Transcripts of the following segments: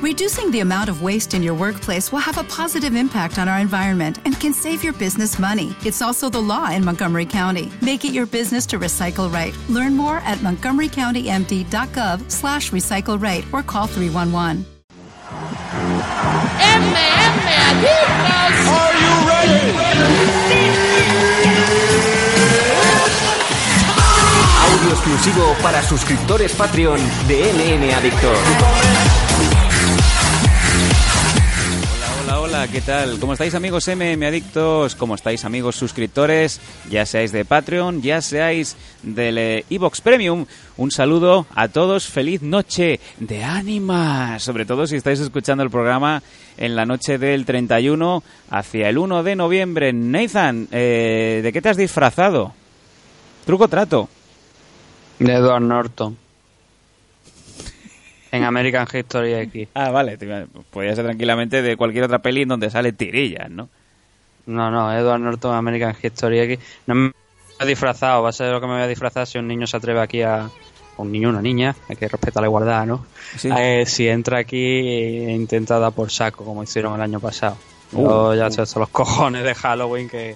Reducing the amount of waste in your workplace will have a positive impact on our environment and can save your business money. It's also the law in Montgomery County. Make it your business to recycle right. Learn more at montgomerycountymd.gov/recycle right or call 311. Are you ready? Audio exclusivo para suscriptores Patreon de MM Adictos. Hola, ¿qué tal? ¿Cómo estáis, amigos MM Adictos? ¿Cómo estáis, amigos suscriptores? Ya seáis de Patreon, ya seáis del iVoox Premium. Un saludo a todos, feliz noche de ánimas. Sobre todo si estáis escuchando el programa en la noche del 31 hacia el 1 de noviembre. Nathan, ¿de qué te has disfrazado? ¿Truco trato? De Edward Norton. En American History X. Ah, vale. Podría ser tranquilamente de cualquier otra peli en donde sale tirillas, ¿no? No, Edward Norton, American History X. No me he disfrazado. Va a ser lo que me voy a disfrazar si un niño se atreve aquí a... Un niño o una niña. Hay que respetar la igualdad, ¿no? Sí. Si entra aquí e intenta dar por saco, como hicieron el año pasado. Ya son los cojones de Halloween que...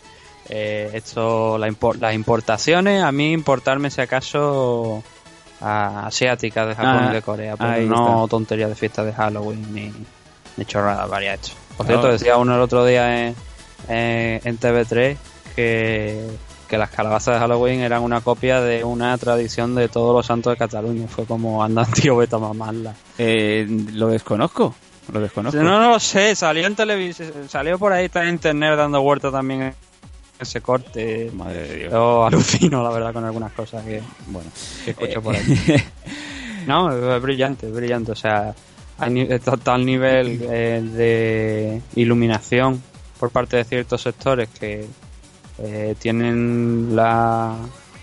las importaciones, a mí importarme si acaso... asiáticas de Japón y de Corea, pero no tonterías de fiestas de Halloween ni chorradas varias. Por cierto, decía uno el otro día en TV3 que las calabazas de Halloween eran una copia de una tradición de todos los santos de Cataluña. Fue como, andan, tío, vete a mamarla. Lo desconozco. No lo sé, salió en televisión, salió por ahí, está en internet dando vueltas también ese corte. Madre de Dios. Yo alucino, la verdad, con algunas cosas que escucho por ahí. No, es brillante. O sea, está al nivel de iluminación por parte de ciertos sectores que tienen la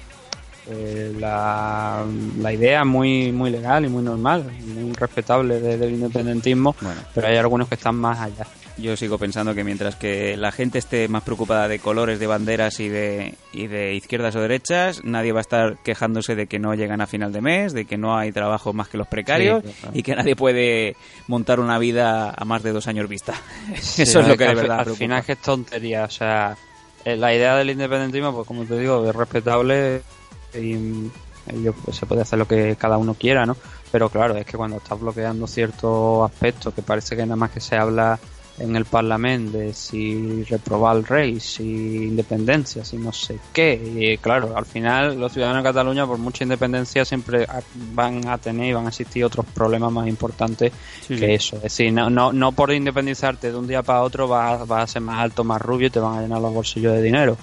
idea muy legal y muy normal, muy respetable del independentismo, pero hay algunos que están más allá. Yo sigo pensando que mientras que la gente esté más preocupada de colores, de banderas y de izquierdas o derechas, nadie va a estar quejándose de que no llegan a final de mes, de que no hay trabajo más que los precarios, y que nadie puede montar una vida a más de 2 años vista. Sí, eso es lo que de verdad al final es que es tontería. O sea, la idea del independentismo, pues como te digo, es respetable y se puede hacer lo que cada uno quiera, ¿no? Pero claro, es que cuando estás bloqueando ciertos aspectos, que parece que nada más que se habla en el Parlamento de si reprobar al rey, si independencia, si no sé qué, y claro, al final los ciudadanos de Cataluña, por mucha independencia, siempre van a tener y van a existir otros problemas más importantes que eso. Es decir, no por independizarte de un día para otro vas a ser más alto, más rubio y te van a llenar los bolsillos de dinero.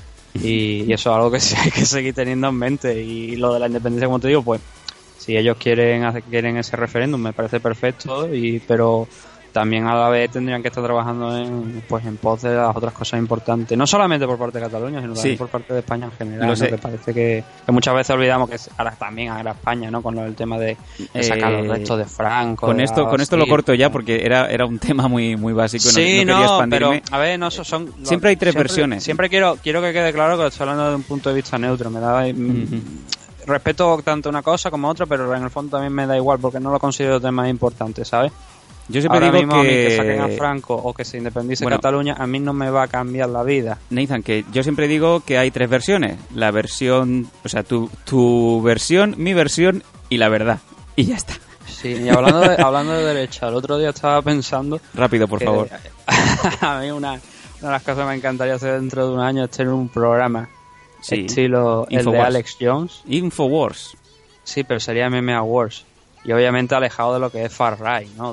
Y eso es algo que hay que seguir teniendo en mente. Y lo de la independencia, como te digo, pues si ellos quieren ese referéndum, me parece perfecto, pero también a la vez tendrían que estar trabajando en pos de las otras cosas importantes, no solamente por parte de Cataluña, sino también por parte de España en general, ¿no? Que parece que muchas veces olvidamos que ahora también era España, ¿no? Con el tema de sacar los restos de Franco. Con esto lo corto ya, porque era un tema muy básico. Sí, no quería expandirme. Pero a ver, siempre hay tres versiones. Siempre quiero que quede claro que estoy hablando de un punto de vista neutro. Me da respeto tanto una cosa como otra, pero en el fondo también me da igual, porque no lo considero temas importantes, ¿sabes? Yo siempre ahora digo mismo que... a mí que saquen a Franco o que se independice Cataluña, a mí no me va a cambiar la vida. Nathan, que yo siempre digo que hay 3 versiones. La versión, o sea, tu versión, mi versión y la verdad. Y ya está. Sí, y hablando de derecha, el otro día estaba pensando... Rápido, por favor. A mí una de las cosas que me encantaría hacer dentro de un año es tener un programa estilo el de Alex Jones. Infowars. Sí, pero sería MMA Wars. Y obviamente alejado de lo que es Far Right, ¿no?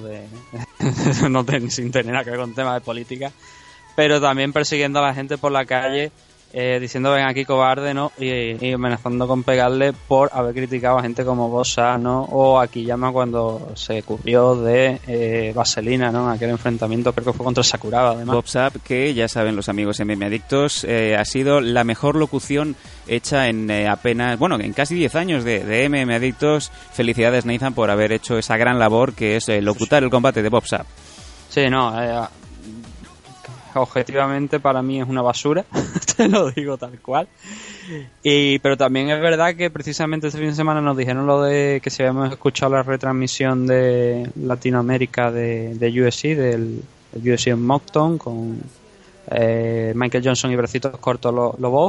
Sin tener nada que ver con temas de política. Pero también persiguiendo a la gente por la calle, diciendo ven aquí cobarde, ¿no? Y amenazando con pegarle por haber criticado a gente como Bosa, ¿no? O aquí llama cuando se cubrió de Vaselina, ¿no? Aquel enfrentamiento, creo que fue contra Sakuraba, además. Bob Sapp, que ya saben los amigos MM Adictos, ha sido la mejor locución hecha en en casi 10 años de MM Adictos. Felicidades, Nathan, por haber hecho esa gran labor que es locutar el combate de Bob Sapp. Sí, objetivamente para mí es una basura, te lo digo tal cual. Pero también es verdad que precisamente este fin de semana nos dijeron lo de que si habíamos escuchado la retransmisión de Latinoamérica de UFC, del UFC en Moncton, con Michael Johnson y bracitos cortos Lobov.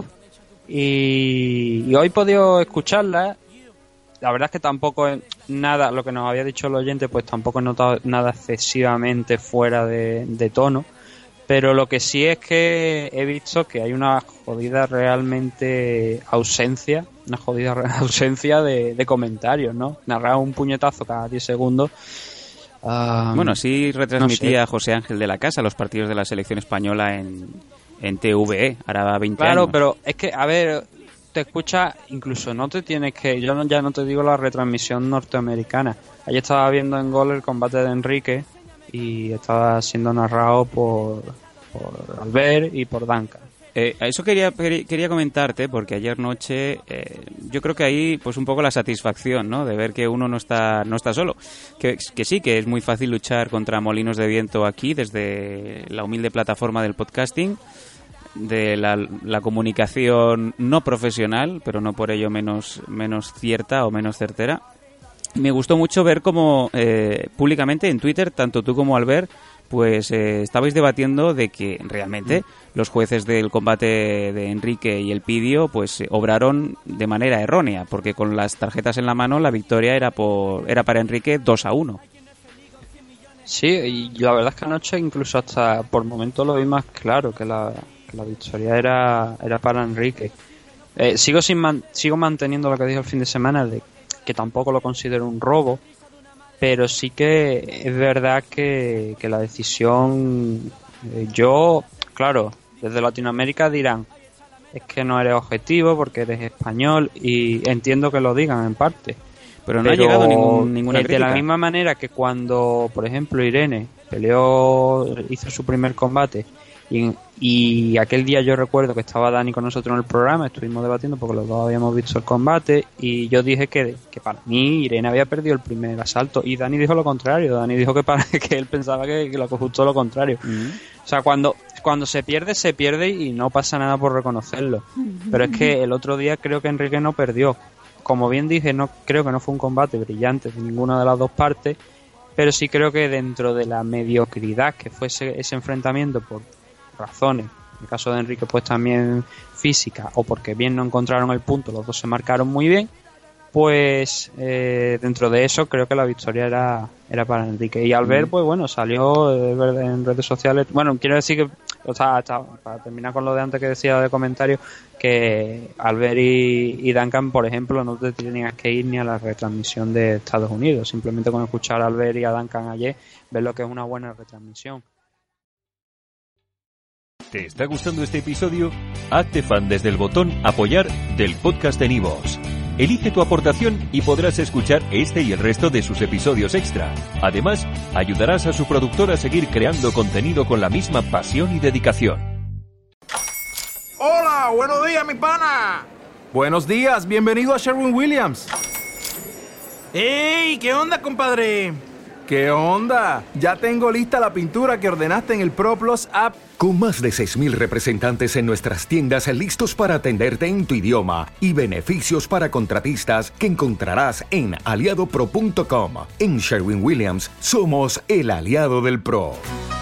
Y hoy he podido escucharla. La verdad es que tampoco es nada, lo que nos había dicho el oyente, pues tampoco he notado nada excesivamente fuera de tono. Pero lo que sí es que he visto que hay una jodida ausencia de comentarios, ¿no? Narrar un puñetazo cada 10 segundos. Bueno, así retransmitía no sé. José Ángel de la Casa los partidos de la selección española en TVE, ahora 20 claro, años. Pero es que, a ver, te escucha, incluso no te tienes que... ya no te digo la retransmisión norteamericana. Ayer estaba viendo en Gol el combate de Enrique y estaba siendo narrado por Albert y por Duncan. A eso quería comentarte, porque ayer noche yo creo que ahí pues un poco la satisfacción, ¿no?, de ver que uno no está solo, que sí, que es muy fácil luchar contra molinos de viento aquí desde la humilde plataforma del podcasting, de la comunicación no profesional, pero no por ello menos cierta o menos certera. Me gustó mucho ver cómo públicamente en Twitter, tanto tú como Albert, pues estabais debatiendo de que realmente los jueces del combate de Enrique y Elpidio pues obraron de manera errónea, porque con las tarjetas en la mano la victoria era para Enrique 2-1. Sí, y la verdad es que anoche incluso hasta por momentos lo vi más claro, que la victoria era para Enrique. Sigo manteniendo lo que dije el fin de semana, de que tampoco lo considero un robo, pero sí que es verdad que la decisión, claro, desde Latinoamérica dirán, es que no eres objetivo porque eres español, y entiendo que lo digan en parte. Pero no ha llegado ninguna crítica. De la misma manera que cuando, por ejemplo, Irene hizo su primer combate, y aquel día yo recuerdo que estaba Dani con nosotros en el programa, estuvimos debatiendo porque los dos habíamos visto el combate, y yo dije que para mí Irene había perdido el primer asalto, y Dani dijo lo contrario. Dani dijo que él pensaba que justo lo contrario. O sea, cuando se pierde y no pasa nada por reconocerlo. Pero es que el otro día creo que Enrique no perdió. Como bien dije, creo que no fue un combate brillante de ninguna de las dos partes, pero sí creo que dentro de la mediocridad que fue ese enfrentamiento por razones, en el caso de Enrique pues también física, o porque bien no encontraron el punto, los dos se marcaron muy bien, pues dentro de eso creo que la victoria era para Enrique. Y Albert pues bueno, salió en redes sociales, bueno, quiero decir que, o sea, para terminar con lo de antes que decía de comentarios, que Albert y Duncan, por ejemplo, no te tenías que ir ni a la retransmisión de Estados Unidos, simplemente con escuchar a Albert y a Duncan ayer, ves lo que es una buena retransmisión. ¿Te está gustando este episodio? Hazte fan desde el botón Apoyar del podcast de iVoox. Elige tu aportación y podrás escuchar este y el resto de sus episodios extra. Además, ayudarás a su productor a seguir creando contenido con la misma pasión y dedicación. ¡Hola! ¡Buenos días, mi pana! Buenos días, bienvenido a Sherwin-Williams. ¡Ey! ¿Qué onda, compadre? ¿Qué onda? Ya tengo lista la pintura que ordenaste en el ProPlus app. Con más de 6,000 representantes en nuestras tiendas listos para atenderte en tu idioma y beneficios para contratistas que encontrarás en aliadopro.com. En Sherwin-Williams somos el aliado del pro.